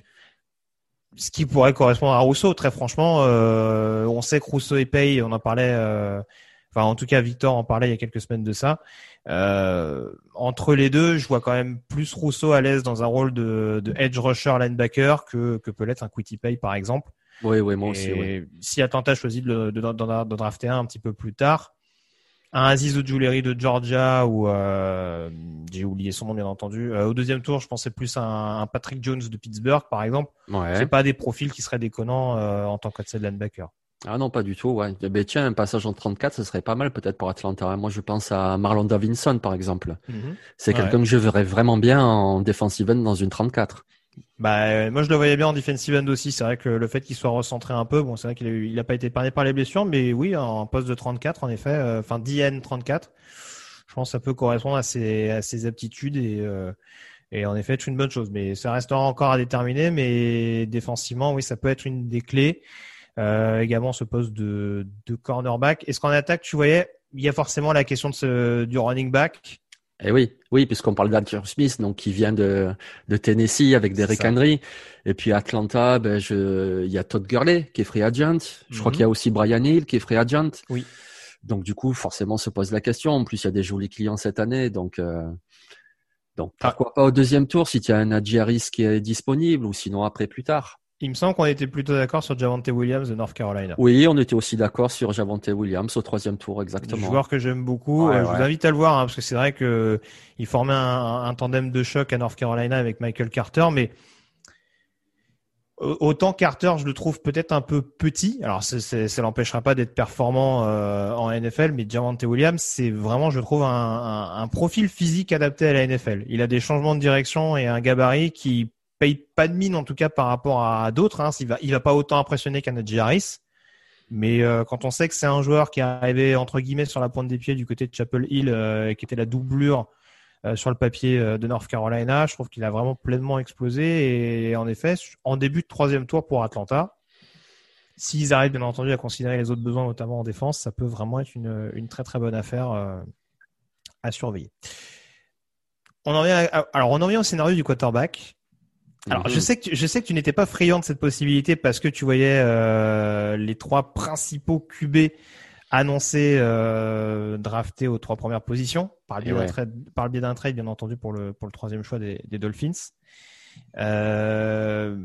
Ce qui pourrait correspondre à Rousseau. Très franchement, euh, on sait que Rousseau et Paye, on en parlait, euh, enfin, en tout cas, Victor en parlait il y a quelques semaines de ça. Euh, entre les deux, je vois quand même plus Rousseau à l'aise dans un rôle de, de edge rusher linebacker que, que peut l'être un Kwity Paye, par exemple. Oui, oui, moi aussi. Oui. Si Atlanta choisit de, de, de, de drafter un un petit peu plus tard, un Aziz Ojulari de Georgia ou euh, j'ai oublié son nom bien entendu. Euh, au deuxième tour, je pensais plus à un, un Patrick Jones de Pittsburgh, par exemple. Ouais. C'est pas des profils qui seraient déconnants euh, en tant qu'outside linebacker. Ah non, pas du tout. Ouais. Ben, tiens, un passage en trente-quatre, ce serait pas mal peut-être pour Atlanta. Moi, je pense à Marlon Davidson, par exemple. Mm-hmm. C'est ouais. quelqu'un que je verrais vraiment bien en defensive end dans une trente-quatre. Bah, moi je le voyais bien en defensive end aussi. C'est vrai que le fait qu'il soit recentré un peu, bon, c'est vrai qu'il a, eu, il a pas été épargné par les blessures, mais oui, en poste de trente-quatre, en effet, euh, enfin D N trente-quatre, je pense que ça peut correspondre à ses, à ses aptitudes et, euh, et en effet être une bonne chose. Mais ça restera encore à déterminer. Mais défensivement, oui, ça peut être une des clés. Euh, également ce poste de, de cornerback. Est-ce qu'en attaque, tu voyais, il y a forcément la question de ce, du running back. Eh oui, oui, puisqu'on parle d'Arthur Smith, donc qui vient de, de Tennessee avec Derrick Henry. Et puis Atlanta, ben je, il y a Todd Gurley qui est free agent. Je mm-hmm. crois qu'il y a aussi Brian Hill qui est free agent. Oui. Donc du coup, forcément, se pose la question. En plus, il y a des jolis clients cette année, donc euh, donc pourquoi ah. pas au deuxième tour si tu as un Najee Harris qui est disponible, ou sinon après plus tard. Il me semble qu'on était plutôt d'accord sur Javonte Williams de North Carolina. Oui, on était aussi d'accord sur Javonte Williams au troisième tour, exactement. Un joueur que j'aime beaucoup. Ouais, euh, ouais. Je vous invite à le voir, hein, parce que c'est vrai que il formait un, un tandem de choc à North Carolina avec Michael Carter, mais autant Carter, je le trouve peut-être un peu petit. Alors, c'est, c'est, ça l'empêchera pas d'être performant euh, en N F L, mais Javonte Williams, c'est vraiment, je trouve, un, un, un profil physique adapté à la N F L. Il a des changements de direction et un gabarit qui paye pas de mine, en tout cas par rapport à d'autres. Hein. Il va, il va pas autant impressionner qu'un Najee Harris, mais euh, quand on sait que c'est un joueur qui est arrivé entre guillemets sur la pointe des pieds du côté de Chapel Hill, euh, qui était la doublure euh, sur le papier euh, de North Carolina, je trouve qu'il a vraiment pleinement explosé. Et en effet, en début de troisième tour pour Atlanta, s'ils arrivent bien entendu à considérer les autres besoins, notamment en défense, ça peut vraiment être une, une très très bonne affaire euh, à surveiller. On en vient à, alors on en vient au scénario du quarterback. Alors, je sais que tu, je sais que tu n'étais pas friand de cette possibilité parce que tu voyais euh, les trois principaux Q B annoncés euh, draftés aux trois premières positions par le biais, ouais. d'un, trade, par le biais d'un trade, bien entendu, pour le pour le troisième choix des, des Dolphins. Euh,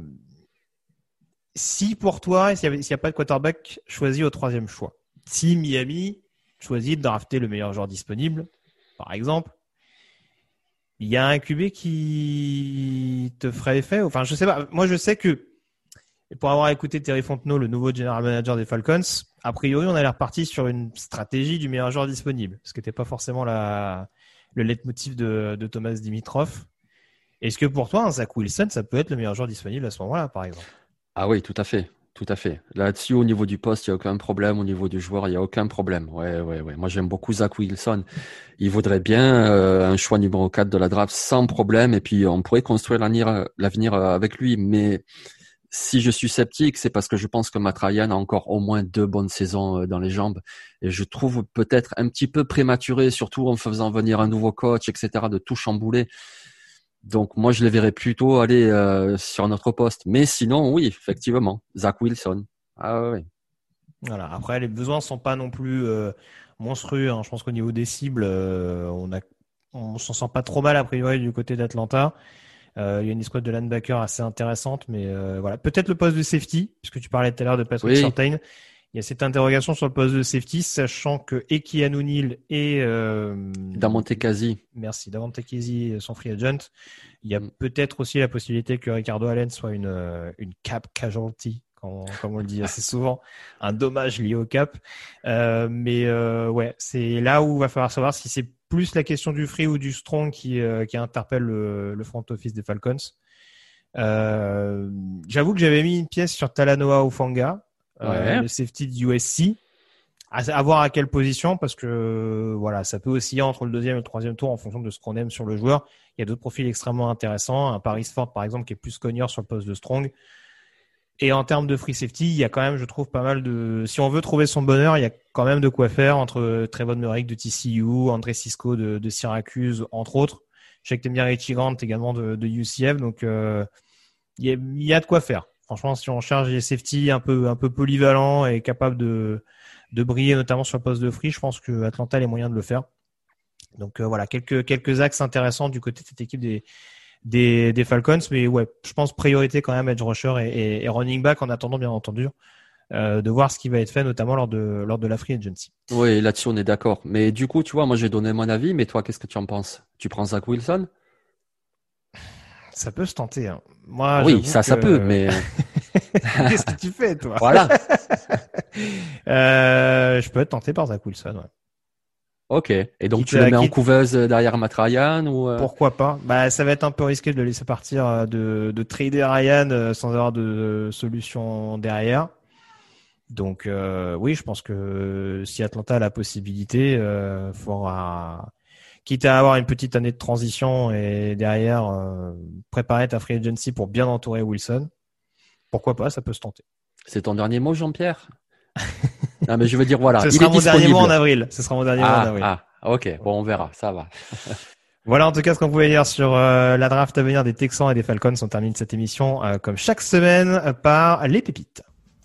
si pour toi, s'il n'y a, s'il y a pas de quarterback choisi au troisième choix, si Miami choisit de drafter le meilleur joueur disponible, par exemple, il y a un Q B qui te ferait effet? Enfin, je sais pas. Moi, je sais que, pour avoir écouté Terry Fontenot, le nouveau general manager des Falcons, a priori, on a l'air parti sur une stratégie du meilleur joueur disponible, ce qui n'était pas forcément la, le leitmotiv de, de Thomas Dimitrov. Est-ce que pour toi, un Zach Wilson, ça peut être le meilleur joueur disponible à ce moment-là, par exemple? Ah oui, tout à fait. Tout à fait. Là-dessus, au niveau du poste, il n'y a aucun problème. Au niveau du joueur, il n'y a aucun problème. Ouais, ouais, ouais. Moi, j'aime beaucoup Zach Wilson. Il vaudrait bien euh, un choix numéro quatre de la draft sans problème. Et puis, on pourrait construire l'avenir, l'avenir avec lui. Mais si je suis sceptique, c'est parce que je pense que Matt Ryan a encore au moins deux bonnes saisons dans les jambes. Et je trouve peut-être un petit peu prématuré, surtout en faisant venir un nouveau coach, et cetera, de tout chambouler. Donc moi je les verrais plutôt aller euh, sur notre poste, mais sinon oui effectivement Zach Wilson. Ah oui. Voilà. Après les besoins sont pas non plus euh, monstrueux. Hein. Je pense qu'au niveau des cibles, euh, on a on s'en sent pas trop mal a priori du côté d'Atlanta. Euh, il y a une escouade de linebacker assez intéressante, mais euh, voilà peut-être le poste de safety puisque tu parlais tout à l'heure de Patrick oui. Surtain. Il y a cette interrogation sur le poste de safety, sachant que Keanu O'Neal et euh, Damontae Kazee. Merci, Damontae Kazee sont free agent. Il y a peut-être aussi la possibilité que Ricardo Allen soit une une cap casualty, comme, comme on le dit assez souvent, un dommage lié au cap. Euh, mais euh, ouais, c'est là où il va falloir savoir si c'est plus la question du free ou du strong qui euh, qui interpelle le, le front office des Falcons. Euh, j'avoue que j'avais mis une pièce sur Talanoa Hufanga. Ouais. Euh, le safety du U S C, à, à voir à quelle position, parce que euh, voilà, ça peut osciller entre le deuxième et le troisième tour en fonction de ce qu'on aime sur le joueur. Il y a d'autres profils extrêmement intéressants, un Paris Ford par exemple qui est plus cogneur sur le poste de strong. Et en termes de free safety, il y a quand même, je trouve, pas mal de. Si on veut trouver son bonheur, il y a quand même de quoi faire entre Trevon Merrick de T C U, André Cisco de, de Syracuse, entre autres. Je sais que t'aimes bien Richie Grant également de, de U C F, donc euh, il y a, il y a de quoi faire. Franchement, si on cherche des safety un peu un peu polyvalents et capables de de briller, notamment sur le poste de free, je pense que Atlanta a les moyens de le faire. Donc euh, voilà, quelques quelques axes intéressants du côté de cette équipe des des des Falcons, mais ouais, je pense priorité quand même edge rusher et, et, et running back en attendant bien entendu euh, de voir ce qui va être fait, notamment lors de lors de la free agency. Oui, là-dessus on est d'accord. Mais du coup, tu vois, moi j'ai donné mon avis, mais toi, qu'est-ce que tu en penses? Tu prends Zach Wilson? Ça peut se tenter. Hein. Moi, oui, ça, que... ça peut, mais qu'est-ce que tu fais, toi? Voilà. euh, je peux être tenté par Zach Wilson. Ouais. Ok. Et donc, qui tu le mets qui... en couveuse derrière Matt Ryan ou euh... Pourquoi pas? Bah, ça va être un peu risqué de le laisser partir, de, de trader Ryan sans avoir de solution derrière. Donc, euh, oui, je pense que si Atlanta a la possibilité, euh, faudra, quitte à avoir une petite année de transition et derrière euh, préparer ta free agency pour bien entourer Wilson, pourquoi pas, ça peut se tenter. C'est ton dernier mot, Jean-Pierre? Non, mais je veux dire, voilà. Ce il sera est mon disponible. dernier mot en avril. Ce sera mon dernier ah, mot en avril. Ah, ok. Bon, on verra. Ça va. Voilà en tout cas ce qu'on pouvait dire sur euh, la draft à venir des Texans et des Falcons. On termine cette émission euh, comme chaque semaine euh, par les pépites.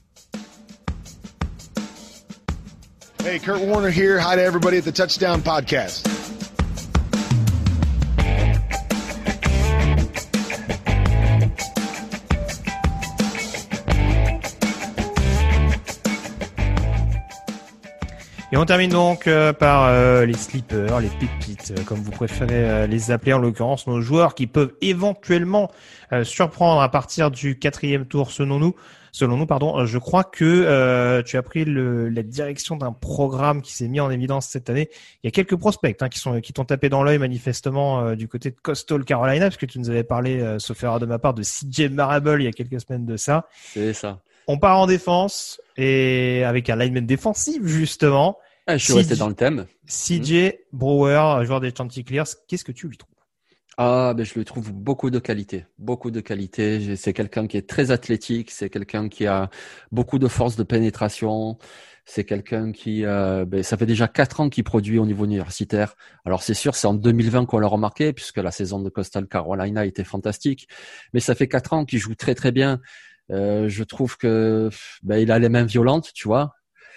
Hey, Kurt Warner here. Hi to everybody at the Touchdown Podcast. Et on termine donc euh, par euh, les sleepers, les pépites, euh, comme vous préférez euh, les appeler, en l'occurrence nos joueurs qui peuvent éventuellement euh, surprendre à partir du quatrième tour selon nous. Selon nous, pardon. Je crois que euh, tu as pris le, la direction d'un programme qui s'est mis en évidence cette année. Il y a quelques prospects hein, qui sont qui t'ont tapé dans l'œil manifestement euh, du côté de Coastal Carolina, parce que tu nous avais parlé, euh, sauf erreur de ma part, de C J Marable il y a quelques semaines de ça. C'est ça. On part en défense et avec un lineman défensif justement. Ah, je suis C J, resté dans le thème. C J Brewer, joueur des Chanticleers, qu'est-ce que tu lui trouves? Ah, ben je lui trouve beaucoup de qualité, beaucoup de qualité. C'est quelqu'un qui est très athlétique, c'est quelqu'un qui a beaucoup de force de pénétration. C'est quelqu'un qui, euh, ben, ça fait déjà quatre ans qu'il produit au niveau universitaire. Alors c'est sûr, c'est en deux mille vingt qu'on l'a remarqué, puisque la saison de Coastal Carolina était fantastique. Mais ça fait quatre ans qu'il joue très très bien. Euh, je trouve que ben, il a les mains violentes, tu vois.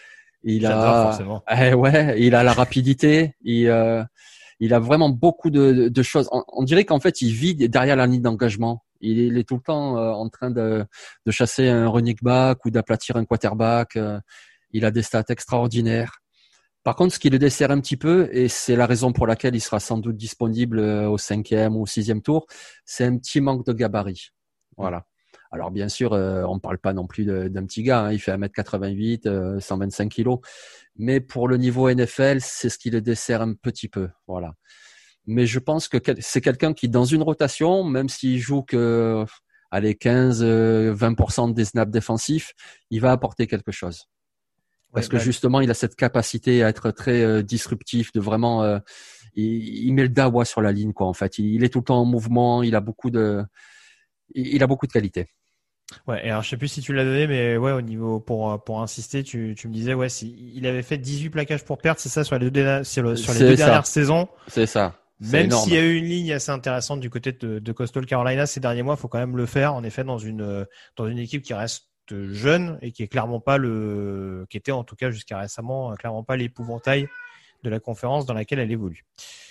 Il J'adore, a, forcément. eh ouais, il a la rapidité. il, euh, il a vraiment beaucoup de, de choses. On, on dirait qu'en fait, il vit derrière la ligne d'engagement. Il, il est tout le temps euh, en train de, de chasser un running back ou d'aplatir un quarterback. Euh, il a des stats extraordinaires. Par contre, ce qui le dessert un petit peu, et c'est la raison pour laquelle il sera sans doute disponible au cinquième ou au sixième tour, c'est un petit manque de gabarit. Voilà. Alors bien sûr, euh, on ne parle pas non plus de, d'un petit gars, hein, il fait un mètre quatre-vingt-huit, euh, cent vingt-cinq kilos, mais pour le niveau N F L, c'est ce qui le dessert un petit peu, voilà. Mais je pense que c'est quelqu'un qui, dans une rotation, même s'il joue que allez quinze, vingt pour cent des snaps défensifs, il va apporter quelque chose. Parce ouais, que bah, justement, il a cette capacité à être très euh, disruptif, de vraiment, euh, il, il met le dawa sur la ligne, quoi. En fait, il, il est tout le temps en mouvement, il a beaucoup de, il, il a beaucoup de qualité. Ouais, et alors je sais plus si tu l'as donné, mais ouais, au niveau pour pour insister, tu tu me disais ouais, si il avait fait dix-huit plaquages pour perte, c'est ça sur les deux sur, le, sur les deux ça. dernières saisons. C'est ça. C'est même énorme. S'il y a eu une ligne assez intéressante du côté de, de Coastal Carolina ces derniers mois, faut quand même le faire. En effet, dans une dans une équipe qui reste jeune et qui est clairement pas le, qui était en tout cas jusqu'à récemment clairement pas l'épouvantail de la conférence dans laquelle elle évolue.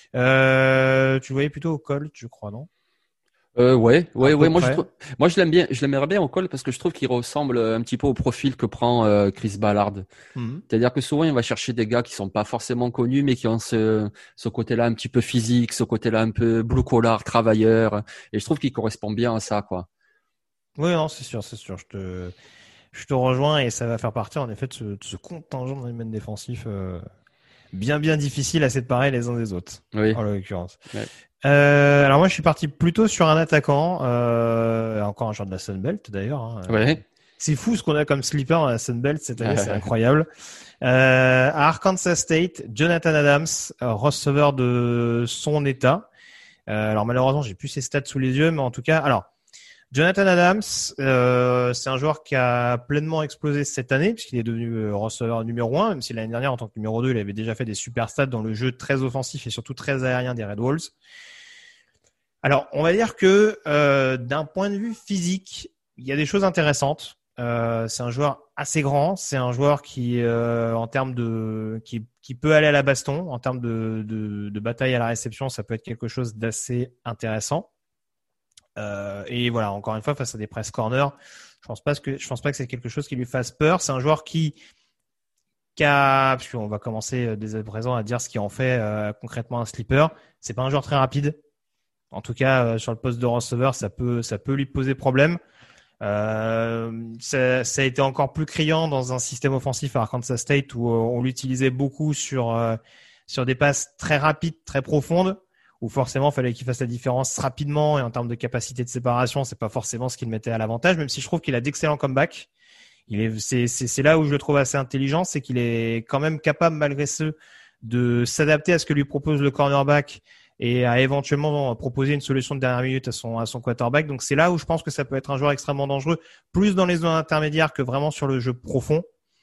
Euh, tu le voyais plutôt au Colt, je crois, non? Euh, ouais, ouais, ouais. Moi, je trouve, moi, je l'aime bien. Je l'aimerais bien au Colt parce que je trouve qu'il ressemble un petit peu au profil que prend euh, Chris Ballard. Mm-hmm. C'est-à-dire que souvent, il va chercher des gars qui sont pas forcément connus, mais qui ont ce, ce côté-là un petit peu physique, ce côté-là un peu blue collar, travailleur. Et je trouve qu'il correspond bien à ça, quoi. Oui, non, c'est sûr, c'est sûr. Je te, je te rejoins et ça va faire partie en effet de ce, de ce contingent de domaine défensif euh, bien, bien difficile à séparer les uns des autres. Oui. En l'occurrence. Ouais. Euh, alors moi je suis parti plutôt sur un attaquant, euh, encore un joueur de la Sunbelt d'ailleurs. Hein. Ouais. C'est fou ce qu'on a comme sleeper dans la Sunbelt cette année, c'est incroyable. Euh, à Arkansas State, Jonathan Adams, receveur de son état. Euh, alors malheureusement j'ai plus ses stats sous les yeux, mais en tout cas, alors Jonathan Adams, euh, c'est un joueur qui a pleinement explosé cette année puisqu'il est devenu receveur numéro un, même si l'année dernière en tant que numéro deux, il avait déjà fait des super stats dans le jeu très offensif et surtout très aérien des Red Wolves. Alors, on va dire que euh, d'un point de vue physique, il y a des choses intéressantes. Euh, c'est un joueur assez grand, c'est un joueur qui, euh, en termes de, qui, qui peut aller à la baston, en termes de, de, de bataille à la réception, ça peut être quelque chose d'assez intéressant. Euh, et voilà, encore une fois, face à des press corners, je pense pas que je pense pas que c'est quelque chose qui lui fasse peur. C'est un joueur qui, qui a, puisqu'on va commencer dès à présent à dire ce qui en fait euh, concrètement un sleeper. C'est pas un joueur très rapide. En tout cas, euh, sur le poste de receveur, ça peut, ça peut lui poser problème. Euh, ça, ça a été encore plus criant dans un système offensif à Arkansas State où euh, on l'utilisait beaucoup sur, euh, sur des passes très rapides, très profondes, où forcément, il fallait qu'il fasse la différence rapidement et en termes de capacité de séparation, c'est pas forcément ce qu'il mettait à l'avantage, même si je trouve qu'il a d'excellents comebacks. Il est, c'est, c'est, c'est là où je le trouve assez intelligent, c'est qu'il est quand même capable, malgré ce, de s'adapter à ce que lui propose le cornerback et à éventuellement proposer une solution de dernière minute à son à son quarterback. Donc c'est là où je pense que ça peut être un joueur extrêmement dangereux, plus dans les zones intermédiaires que vraiment sur le jeu profond.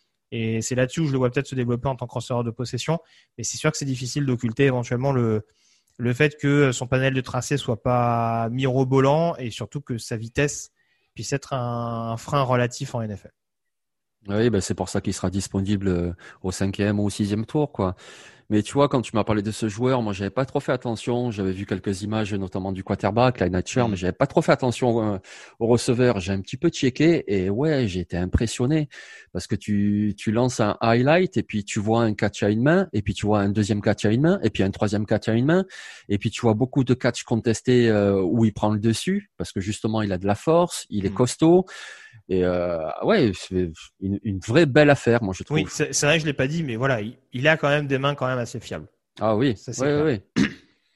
Et c'est là-dessus où je le vois peut-être se développer en tant que receveur de possession. Mais c'est sûr que c'est difficile d'occulter éventuellement le le fait que son panel de tracé soit pas mirobolant et surtout que sa vitesse puisse être un, un frein relatif en N F L. Oui, ben c'est pour ça qu'il sera disponible au cinquième ou au sixième tour, quoi. Mais tu vois, quand tu m'as parlé de ce joueur, moi, j'avais pas trop fait attention. J'avais vu quelques images, notamment du quarterback, Clyde Hatcher, mais j'avais pas trop fait attention au receveur. J'ai un petit peu checké et ouais, j'ai été impressionné parce que tu, tu lances un highlight et puis tu vois un catch à une main et puis tu vois un deuxième catch à une main et puis un troisième catch à une main et puis tu vois beaucoup de catchs contestés euh, où il prend le dessus parce que justement, il a de la force, il est costaud. Et euh, ouais, c'est une, une vraie belle affaire, moi je trouve. Oui, c'est, c'est vrai que je l'ai pas dit, mais voilà, il, il a quand même des mains quand même assez fiables. Ah oui, ça, ouais, ouais, ouais.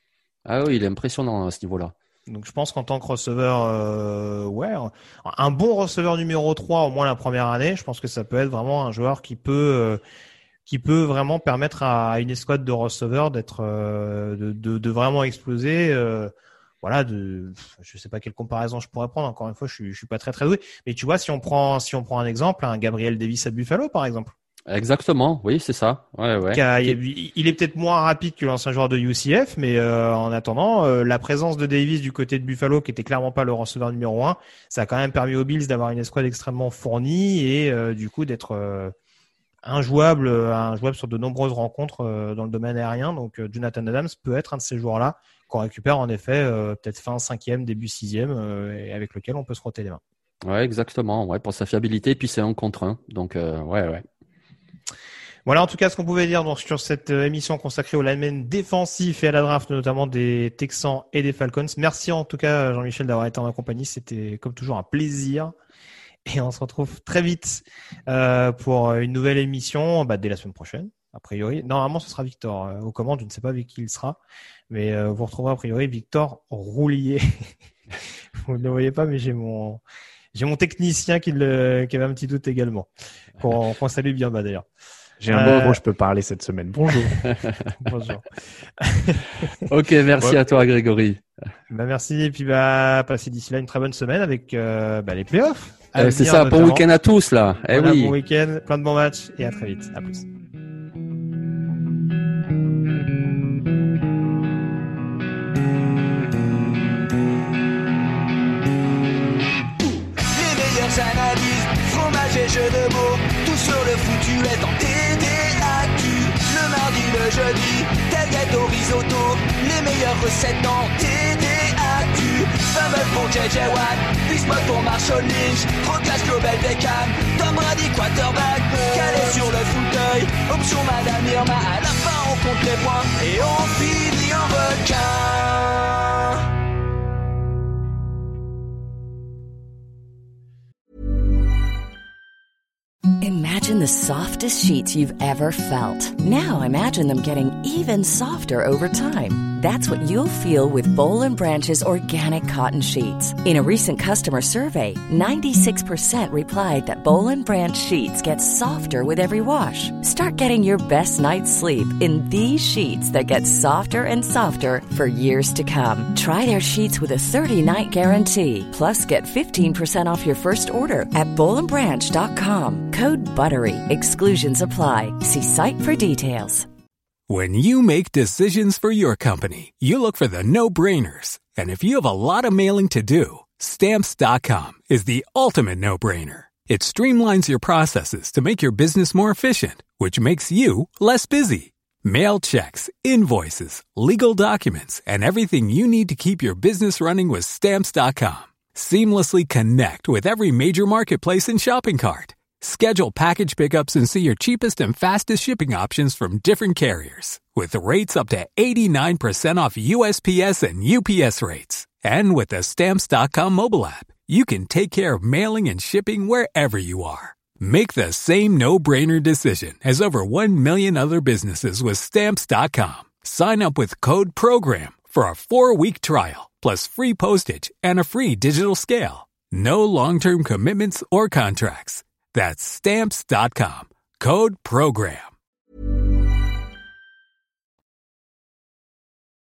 Ah oui, il est impressionnant à ce niveau-là. Donc je pense qu'en tant que receveur, euh, ouais, un bon receveur numéro trois au moins la première année, je pense que ça peut être vraiment un joueur qui peut, euh, qui peut vraiment permettre à une escouade de receveurs d'être, euh, de, de, de vraiment exploser. Euh, Voilà, de, je sais pas quelle comparaison je pourrais prendre. Encore une fois, je suis, je suis pas très très doué. Mais tu vois, si on prend, si on prend un exemple, un Gabriel Davis à Buffalo, par exemple. Exactement, oui, c'est ça. Ouais, ouais. A, il, il est peut-être moins rapide que l'ancien joueur de U C F, mais euh, en attendant, euh, la présence de Davis du côté de Buffalo, qui était clairement pas le receveur numéro un, ça a quand même permis aux Bills d'avoir une escouade extrêmement fournie et euh, du coup d'être euh, injouable, injouable sur de nombreuses rencontres euh, dans le domaine aérien. Donc euh, Jonathan Adams peut être un de ces joueurs-là qu'on récupère en effet euh, peut-être fin cinquième, début sixième, euh, et avec lequel on peut se frotter les mains. Ouais, exactement. Ouais, pour sa fiabilité, puis c'est un contre un. Donc euh, ouais, ouais. Voilà en tout cas ce qu'on pouvait dire donc, sur cette émission consacrée au lineman défensif et à la draft notamment des Texans et des Falcons. Merci en tout cas Jean-Michel d'avoir été en ma compagnie. C'était comme toujours un plaisir. Et on se retrouve très vite euh, pour une nouvelle émission bah, dès la semaine prochaine. A priori, normalement ce sera Victor euh, aux commandes. Je ne sais pas avec qui il sera, mais euh, vous retrouverez a priori Victor Roulier. Vous ne le voyez pas, mais j'ai mon j'ai mon technicien qui, le, qui avait un petit doute également. Qu'on, qu'on salue bien bas d'ailleurs. J'ai un euh... bon dont je peux parler cette semaine. Bonjour. Bonjour. Ok, merci ouais. à toi Grégory. Bah merci et puis bah passez d'ici là une très bonne semaine avec euh, bah, les playoffs. Euh, c'est ça, notamment. Bon week-end à tous là. Eh voilà, oui. Bon week-end, plein de bons matchs et à très vite. À plus. Les meilleures analyses, fromage et jeux de mots, tout sur le foutu est en T D A Q. Le mardi, le jeudi, tailgate au risotto, les meilleures recettes en T D A Q. Fumble pour J J Watt, Bismuth pour Marshall Lynch, Proclash Global Beckham, Tom Brady quarterback, calé sur le fauteuil, option Madame Irma, à la fin on compte les points et on finit en requin. Imagine the softest sheets you've ever felt. Now imagine them getting even softer over time. That's what you'll feel with Boll and Branch's organic cotton sheets. In a recent customer survey, ninety-six percent replied that Boll and Branch sheets get softer with every wash. Start getting your best night's sleep in these sheets that get softer and softer for years to come. Try their sheets with a thirty-night guarantee. Plus, get fifteen percent off your first order at boll and branch dot com. Code BUTTERY. Exclusions apply. See site for details. When you make decisions for your company, you look for the no-brainers. And if you have a lot of mailing to do, Stamps dot com is the ultimate no-brainer. It streamlines your processes to make your business more efficient, which makes you less busy. Mail checks, invoices, legal documents, and everything you need to keep your business running with Stamps dot com. Seamlessly connect with every major marketplace and shopping cart. Schedule package pickups and see your cheapest and fastest shipping options from different carriers. With rates up to eighty-nine percent off U S P S and U P S rates. And with the Stamps dot com mobile app, you can take care of mailing and shipping wherever you are. Make the same no-brainer decision as over one million other businesses with Stamps dot com. Sign up with code PROGRAM for a four-week trial, plus free postage and a free digital scale. No long-term commitments or contracts. That's Stamps dot com. Code PROGRAM.